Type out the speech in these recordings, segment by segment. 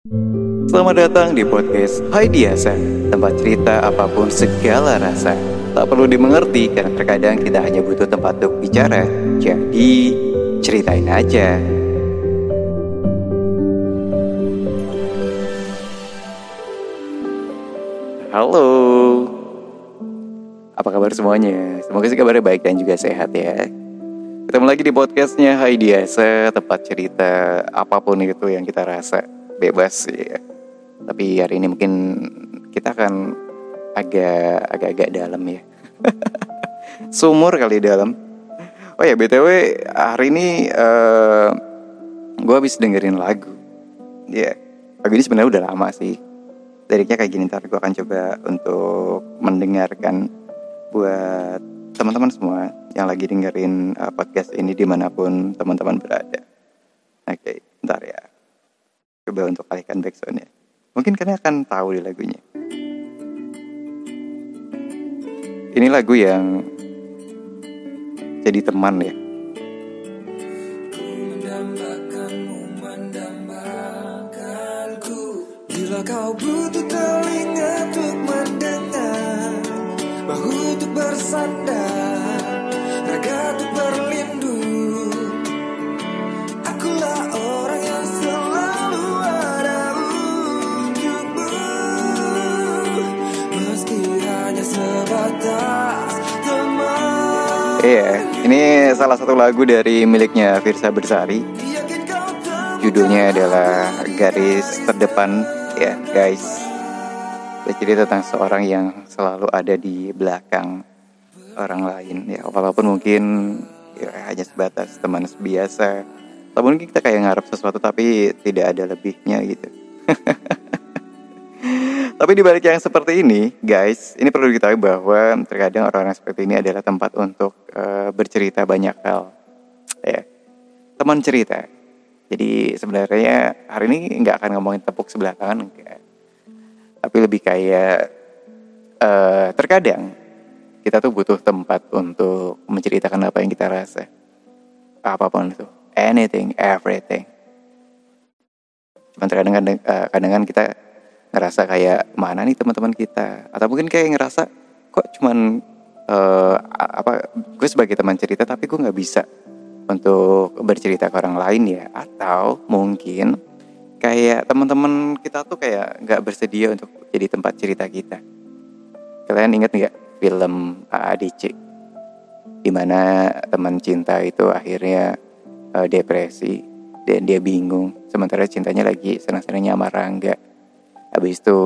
Selamat datang di podcast Hai Diasa, tempat cerita apapun segala rasa. Tak perlu dimengerti karena terkadang kita hanya butuh tempat untuk bicara. Jadi, ceritain aja. Halo, apa kabar semuanya? Semoga sih kabarnya baik dan juga sehat ya. Ketemu lagi di podcastnya Hai Diasa, tempat cerita apapun itu yang kita rasa. Bebas ya. Tapi hari ini mungkin kita akan agak dalam ya. Sumur kali dalam. Oh ya BTW hari ini gue habis dengerin lagu. Ya, lagu ini sebenarnya udah lama sih. Liriknya kayak gini, ntar gue akan coba untuk mendengarkan buat teman-teman semua yang lagi dengerin podcast ini dimanapun teman-teman berada. Oke, ntar ya. Coba untuk alihkan backsoundnya. Mungkin kalian akan tahu di lagunya. Ini lagu yang jadi teman ya. Bila kau butuh telinga untuk mendengar, bahu untuk bersandar, raga untuk berlindung, akulah orang yang selalu ada untukmu, meski hanya sebatas teman. Iya, ini salah satu lagu dari miliknya Firsa Bersari. Judulnya adalah Garis Terdepan ya guys. Bercerita tentang seorang yang selalu ada di belakang orang lain ya, walaupun mungkin ya, hanya sebatas teman biasa. Atau mungkin kita kayak ngarep sesuatu tapi tidak ada lebihnya gitu. Tapi di balik yang seperti ini guys, ini perlu diketahui bahwa terkadang orang-orang seperti ini adalah tempat untuk bercerita banyak hal ya. Teman cerita. Jadi sebenarnya hari ini nggak akan ngomongin tepuk sebelah tangan enggak. Tapi lebih kayak terkadang kita tuh butuh tempat untuk menceritakan apa yang kita rasa. Apapun itu, anything, everything. Cuman kadang kita ngerasa kayak mana nih teman-teman kita, atau mungkin kayak ngerasa kok cuman gue sebagai teman cerita tapi gue nggak bisa untuk bercerita ke orang lain ya. Atau mungkin kayak teman-teman kita tuh kayak nggak bersedia untuk jadi tempat cerita kita. Kalian ingat nggak film AADC, dimana teman cinta itu akhirnya depresi dan dia bingung, sementara cintanya lagi senang-senangnya sama Rangga. Habis itu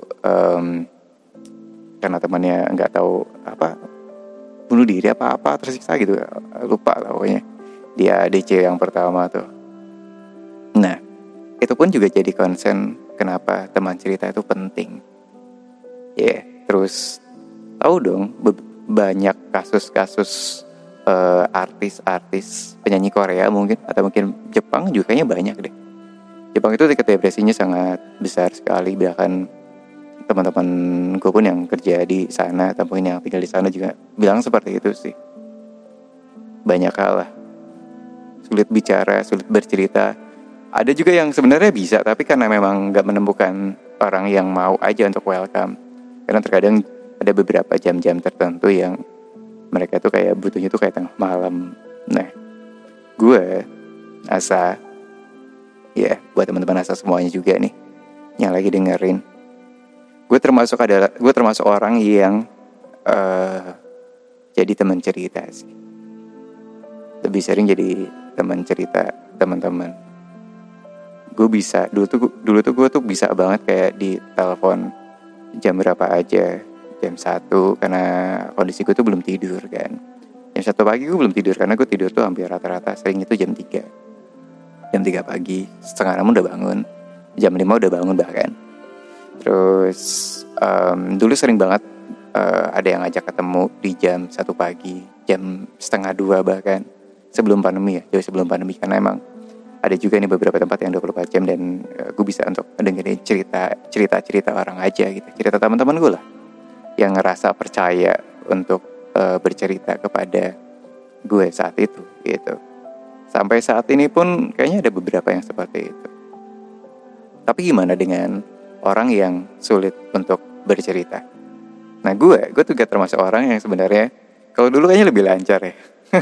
karena temannya nggak tahu bunuh diri apa tersiksa gitu, lupa lah pokoknya. Dia DC yang pertama tuh. Nah, itu pun juga jadi concern kenapa teman cerita itu penting. Ya, terus tahu dong banyak kasus-kasus artis-artis penyanyi Korea mungkin, atau mungkin Jepang juga kayaknya banyak deh. Jepang itu tingkat depresinya sangat besar sekali, bahkan teman-teman gue pun yang kerja di sana atau mungkin yang tinggal di sana juga bilang seperti itu sih. Banyak hal lah, sulit bicara, sulit bercerita. Ada juga yang sebenarnya bisa, tapi karena memang gak menemukan orang yang mau aja untuk welcome. Karena terkadang ada beberapa jam-jam tertentu yang mereka tuh kayak butuhnya tuh kayak tengah malam. Nah, gue Asa, ya buat teman-teman Asa semuanya juga nih yang lagi dengerin, gue termasuk orang yang jadi teman cerita sih. Lebih sering jadi teman cerita teman-teman. Gue bisa dulu tuh gue tuh bisa banget kayak di telepon jam berapa aja, jam 1, karena kondisi gue tuh belum tidur kan. Jam 1 pagi gue belum tidur, karena gue tidur tuh hampir rata-rata sering itu jam 3 pagi, 5:30 udah bangun, jam 5 udah bangun bahkan. Terus dulu sering banget ada yang ngajak ketemu di jam 1 pagi, jam 1:30 bahkan, sebelum pandemi ya, jauh sebelum pandemi. Karena emang ada juga nih beberapa tempat yang 24 jam dan gue bisa untuk dengerin cerita orang aja gitu, cerita teman-teman gue lah yang ngerasa percaya untuk bercerita kepada gue saat itu gitu. Sampai saat ini pun kayaknya ada beberapa yang seperti itu. Tapi gimana dengan orang yang sulit untuk bercerita? Nah gue juga termasuk orang yang sebenarnya kalau dulu kayaknya lebih lancar ya.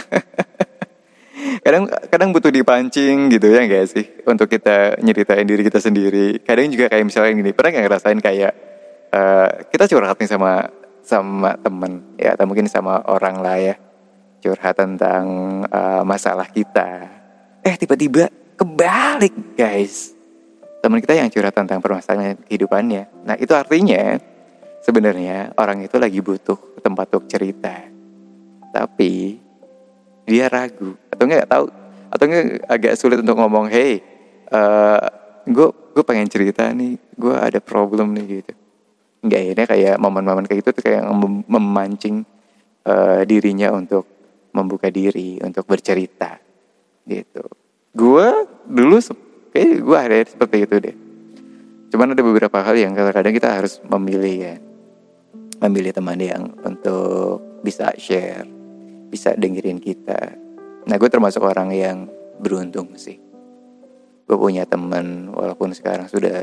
Kadang butuh dipancing gitu ya gak sih, untuk kita nyeritain diri kita sendiri. Kadang juga kayak misalnya gini, pernah gak ngerasain kayak kita curhat nih sama temen ya, atau mungkin sama orang lah ya, curhat tentang masalah kita. Tiba-tiba kebalik guys, teman kita yang curhat tentang permasalahan kehidupannya. Nah itu artinya sebenarnya orang itu lagi butuh tempat untuk cerita, tapi dia ragu atau nggak tahu, atau nggak agak sulit untuk ngomong, hey, gue pengen cerita nih, gue ada problem nih gitu. Nggak, akhirnya kayak momen-momen kayak gitu tuh kayak memancing dirinya untuk membuka diri, untuk bercerita gitu. Gue dulu kayak gue ada seperti itu deh. Cuman ada beberapa hal yang kadang-kadang kita harus memilih ya, memilih teman yang untuk bisa share, bisa dengerin kita. Nah gue termasuk orang yang beruntung sih. Gue punya teman walaupun sekarang sudah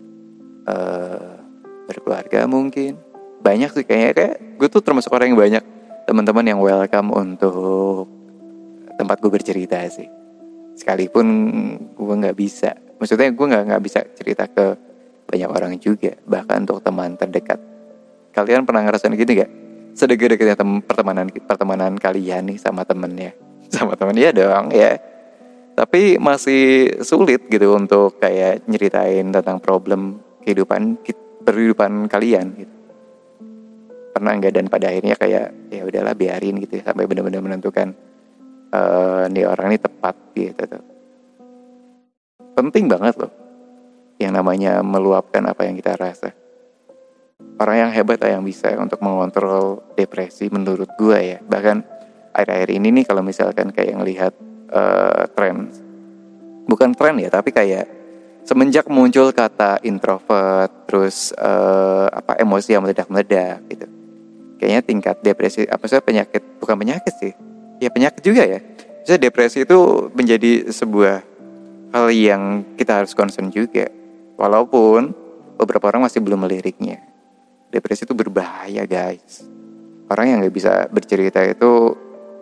berkeluarga mungkin. Banyak sih kayak gue tuh termasuk orang yang banyak teman-teman yang welcome untuk tempat gue bercerita sih. Sekalipun gue nggak bisa, maksudnya gue nggak bisa cerita ke banyak orang juga, bahkan untuk teman terdekat. Kalian pernah ngerasain gitu gak? Sedekat-dekatnya pertemanan kalian nih sama temennya, sama temen ya dong ya. Tapi masih sulit gitu untuk kayak nyeritain tentang problem kehidupan kalian gitu. Pernah nggak? Dan pada akhirnya kayak ya udahlah biarin gitu ya, sampai benar-benar menentukan nih orang ini tepat gitu tuh. Penting banget loh yang namanya meluapkan apa yang kita rasa. Orang yang hebat yang bisa untuk mengontrol depresi menurut gue ya. Bahkan akhir-akhir ini nih kalau misalkan kayak ngelihat tren, bukan tren ya, tapi kayak semenjak muncul kata introvert, terus emosi yang meledak-meledak gitu, kayaknya tingkat depresi, penyakit, bukan penyakit sih, ya penyakit juga ya. Jadi depresi itu menjadi sebuah hal yang kita harus concern juga, walaupun beberapa orang masih belum meliriknya. Depresi itu berbahaya guys. Orang yang nggak bisa bercerita itu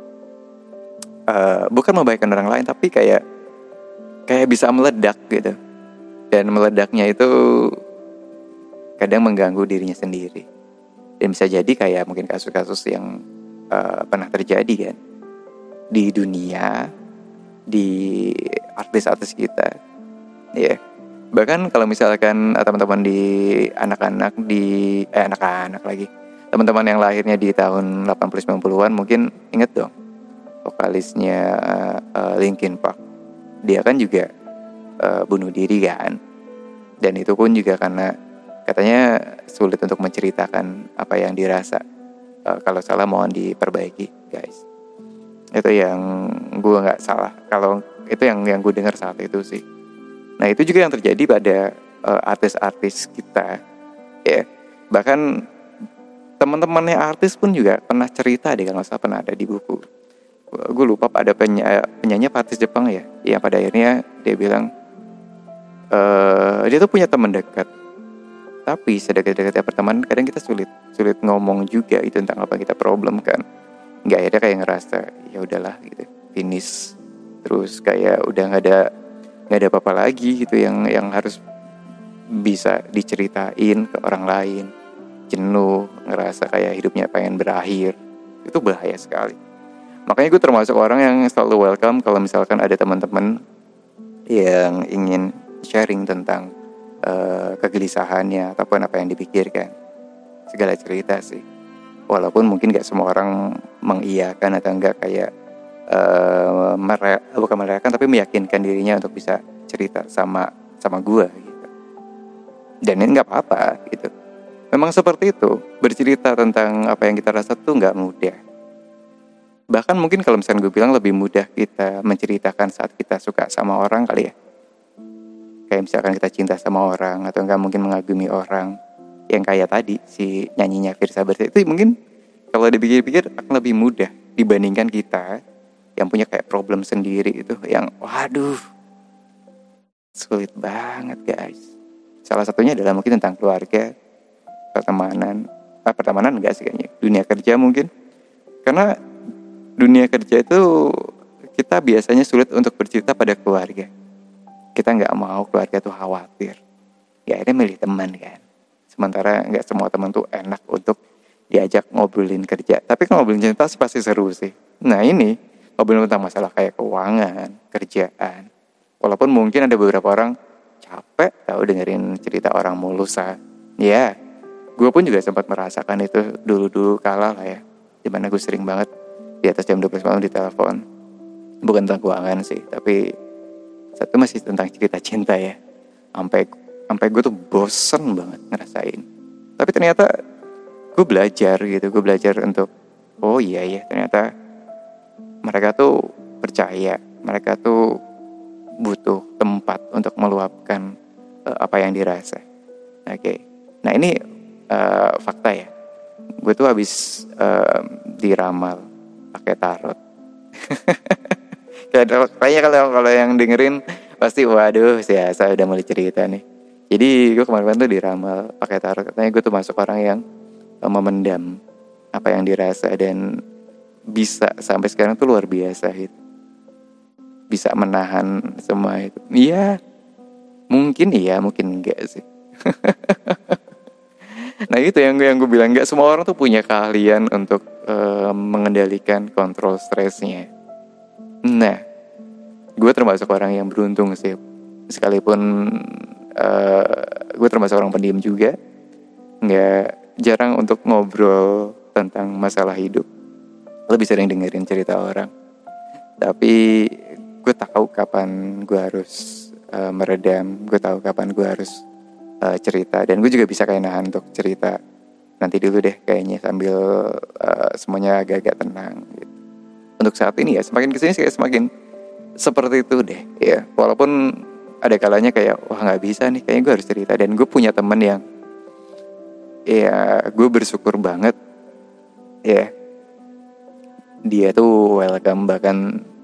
bukan membahayakan orang lain, tapi kayak bisa meledak gitu. Dan meledaknya itu kadang mengganggu dirinya sendiri. Dan bisa jadi kayak mungkin kasus-kasus yang pernah terjadi kan di dunia, di artis-artis kita ya. Bahkan kalau misalkan teman-teman di anak-anak lagi, teman-teman yang lahirnya di tahun 80-90-an mungkin inget dong vokalisnya Linkin Park. Dia kan juga bunuh diri kan. Dan itu pun juga karena katanya sulit untuk menceritakan apa yang dirasa. Kalau salah mohon diperbaiki guys. Itu yang gue nggak salah. Kalau itu yang gue dengar saat itu sih. Nah itu juga yang terjadi pada artis-artis kita ya. Bahkan teman-temannya artis pun juga pernah cerita deh, kalau nggak salah pernah ada di buku. Gue lupa, ada penyanyi artis Jepang ya, yang pada akhirnya dia bilang dia tuh punya teman dekat, tapi sedekat-dekatnya pertemanan kadang kita sulit ngomong juga itu tentang apa yang kita problem kan. Nggak, akhirnya kayak ngerasa ya udahlah gitu, finish, terus kayak udah nggak ada apa-apa lagi gitu yang harus bisa diceritain ke orang lain. Jenuh, ngerasa kayak hidupnya pengen berakhir. Itu bahaya sekali. Makanya gue termasuk orang yang selalu welcome kalau misalkan ada teman-teman yang ingin sharing tentang kegelisahannya ataupun apa yang dipikirkan. Segala cerita sih. Walaupun mungkin gak semua orang mengiyakan atau enggak kayak bukan merelakan, tapi meyakinkan dirinya untuk bisa cerita sama gue gitu. Dan ini nggak apa-apa gitu. Memang seperti itu, bercerita tentang apa yang kita rasa tuh nggak mudah. Bahkan mungkin kalau misalnya gue bilang lebih mudah kita menceritakan saat kita suka sama orang kali ya. Kayak misalkan kita cinta sama orang atau enggak mungkin mengagumi orang, yang kayak tadi si nyanyinya Firsa Bersih itu mungkin kalau dipikir-pikir akan lebih mudah dibandingkan kita yang punya kayak problem sendiri itu yang waduh sulit banget guys. Salah satunya adalah mungkin tentang keluarga, pertemanan enggak sih kayaknya, dunia kerja mungkin. Karena dunia kerja itu kita biasanya sulit untuk bercerita pada keluarga. Kita nggak mau keluarga tuh khawatir. Ya akhirnya milih teman kan. Sementara nggak semua teman tuh enak untuk diajak ngobrolin kerja. Tapi kalau ngobrolin cinta sih pasti seru sih. Nah ini ngobrolin tentang masalah kayak keuangan, kerjaan. Walaupun mungkin ada beberapa orang capek tahu dengerin cerita orang mulus. Ya, gue pun juga sempat merasakan itu dulu kala lah ya. Dimana gue sering banget di atas jam 12 malam ditelepon. Bukan tentang keuangan sih, tapi satu masih tentang cerita cinta ya. Sampai gue tuh bosen banget ngerasain. Tapi ternyata gue belajar untuk oh iya ternyata mereka tuh percaya, mereka tuh butuh tempat untuk meluapkan apa yang dirasa. Oke. Nah ini fakta ya. Gue tuh habis diramal pakai tarot. Kayaknya kalau yang dengerin pasti waduh saya udah mulai cerita nih. Jadi gue kemarin tuh diramal pakai tarot. Katanya gue tuh masuk orang yang memendam apa yang dirasa dan bisa sampai sekarang tuh luar biasa gitu. Bisa menahan semua itu. Iya, mungkin enggak sih. Nah itu yang gue bilang, nggak semua orang tuh punya keahlian untuk mengendalikan kontrol stresnya. Nah, gue termasuk orang yang beruntung sih. Sekalipun gue termasuk orang pendiam juga, nggak jarang untuk ngobrol tentang masalah hidup. Lebih sering dengerin cerita orang. Tapi gue tahu kapan gue harus meredam, gue tahu kapan gue harus cerita, dan gue juga bisa kayak nahan untuk cerita nanti dulu deh kayaknya sambil semuanya agak-agak tenang gitu. Untuk saat ini ya semakin kesini kayak semakin seperti itu deh ya, walaupun ada kalanya kayak wah nggak bisa nih, kayaknya gue harus cerita. Dan gue punya teman yang ya gue bersyukur banget ya, dia tuh welcome. Bahkan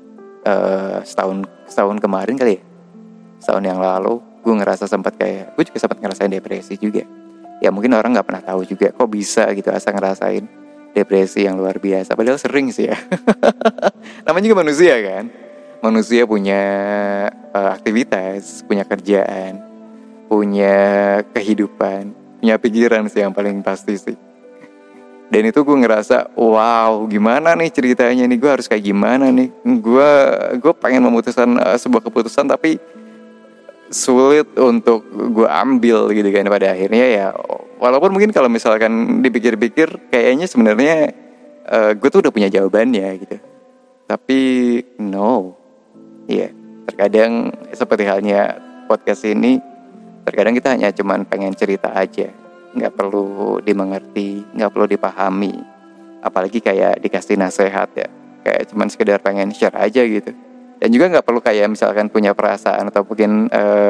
setahun kemarin kali ya, setahun yang lalu gue ngerasa gue juga sempat ngerasain depresi juga. Ya mungkin orang nggak pernah tahu juga kok bisa gitu asal ngerasain depresi yang luar biasa. Padahal sering sih ya. Namanya juga manusia kan. Manusia punya aktivitas, punya kerjaan, punya kehidupan, punya pikiran sih yang paling pasti sih. Dan itu gue ngerasa wow gimana nih ceritanya nih, gue harus kayak gimana nih. Gue pengen memutuskan sebuah keputusan tapi sulit untuk gue ambil gitu kan. Pada akhirnya ya walaupun mungkin kalau misalkan dipikir-pikir kayaknya sebenarnya gue tuh udah punya jawabannya gitu, tapi no ya, terkadang seperti halnya podcast ini, terkadang kita hanya cuman pengen cerita aja, nggak perlu dimengerti, nggak perlu dipahami, apalagi kayak dikasih nasihat ya, kayak cuman sekedar pengen share aja gitu. Dan juga nggak perlu kayak misalkan punya perasaan atau mungkin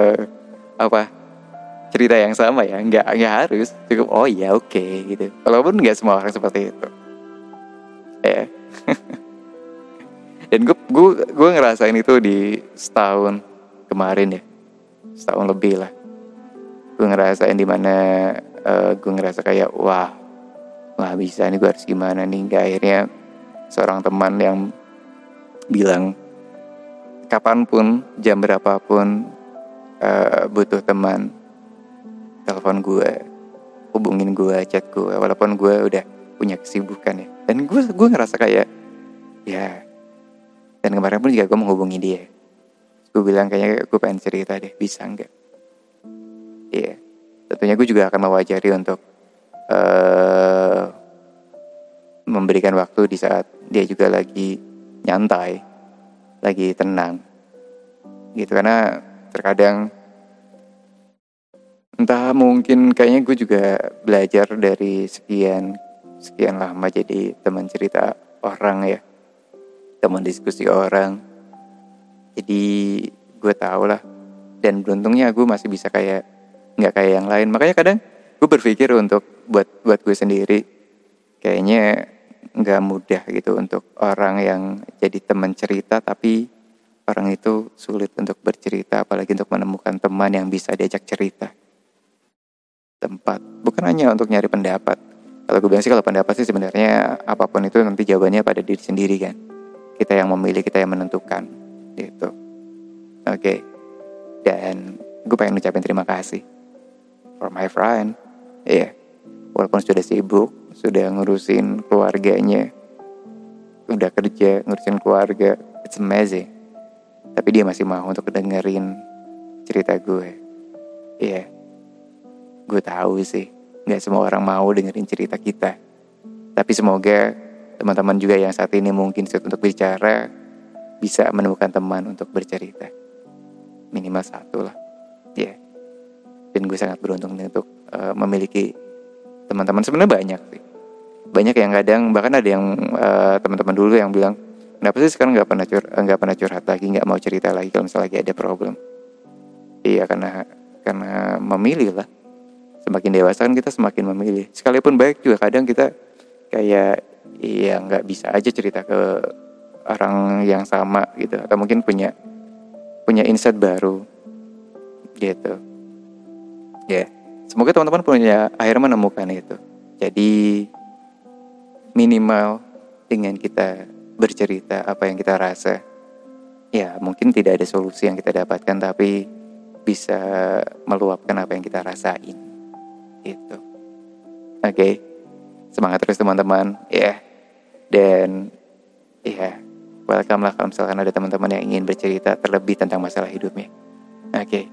cerita yang sama ya, nggak harus, cukup oh ya oke gitu. Walaupun nggak semua orang seperti itu ya. Dan gue ngerasain itu di setahun kemarin ya, setahun lebih lah. Gue ngerasain dimana gue ngerasa kayak wah nggak bisa nih, gue harus gimana nih. Nggak, akhirnya seorang teman yang bilang kapanpun, jam berapapun butuh teman, telepon gue, hubungin gue, chat gue, walaupun gue udah punya kesibukan ya. Dan gue ngerasa kayak ya. Dan kemarin pun juga gue menghubungi dia, gue bilang kayaknya gue pengen cerita deh, bisa nggak? Iya, tentunya gue juga akan mewajari untuk memberikan waktu di saat dia juga lagi nyantai, lagi tenang gitu. Karena terkadang entah mungkin kayaknya gue juga belajar dari sekian lama jadi teman cerita orang ya, teman diskusi orang. Jadi gue tau lah, dan beruntungnya gue masih bisa kayak nggak kayak yang lain. Makanya kadang gue berpikir untuk buat gue sendiri, kayaknya nggak mudah gitu untuk orang yang jadi teman cerita tapi orang itu sulit untuk bercerita, apalagi untuk menemukan teman yang bisa diajak cerita. bukan hanya untuk nyari pendapat. Kalau gue bilang sih, kalau pendapat sih sebenarnya apapun itu nanti jawabannya pada diri sendiri kan. Kita yang memilih, kita yang menentukan gitu. Oke. Dan gue pengen ucapin terima kasih for my friend. Iya. Walaupun sudah sibuk, sudah ngurusin keluarganya, udah kerja ngurusin keluarga, it's amazing. Tapi dia masih mau untuk dengerin cerita gue. Iya. Gue tahu sih, gak semua orang mau dengerin cerita kita. Tapi semoga teman-teman juga yang saat ini mungkin sulit untuk bicara bisa menemukan teman untuk bercerita. Minimal satu lah. Ya. Dan gue sangat beruntung untuk memiliki teman-teman. Sebenarnya banyak sih. Banyak yang kadang, bahkan ada yang teman-teman dulu yang bilang, kenapa sih sekarang gak pernah curhat lagi, gak mau cerita lagi kalau misalnya lagi ada problem. Iya, karena memilih lah. Semakin dewasa kan kita semakin memilih. Sekalipun baik juga kadang kita kayak nggak bisa aja cerita ke orang yang sama gitu, atau mungkin punya insight baru gitu. Ya, semoga teman-teman akhirnya menemukan itu. Jadi minimal dengan kita bercerita apa yang kita rasa, ya mungkin tidak ada solusi yang kita dapatkan, tapi bisa meluapkan apa yang kita rasain. Itu. Oke. Semangat terus teman-teman, ya. Dan ya, welcome lah kalau misalkan ada teman-teman yang ingin bercerita terlebih tentang masalah hidupnya. Oke.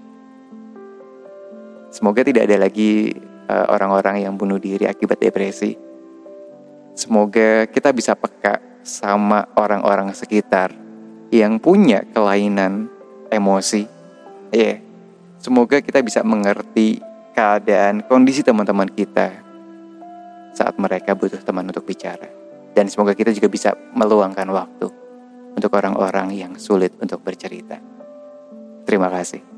Semoga tidak ada lagi orang-orang yang bunuh diri akibat depresi. Semoga kita bisa peka sama orang-orang sekitar yang punya kelainan emosi. Ya. Semoga kita bisa mengerti keadaan, kondisi teman-teman kita saat mereka butuh teman untuk bicara. Dan semoga kita juga bisa meluangkan waktu untuk orang-orang yang sulit untuk bercerita. Terima kasih.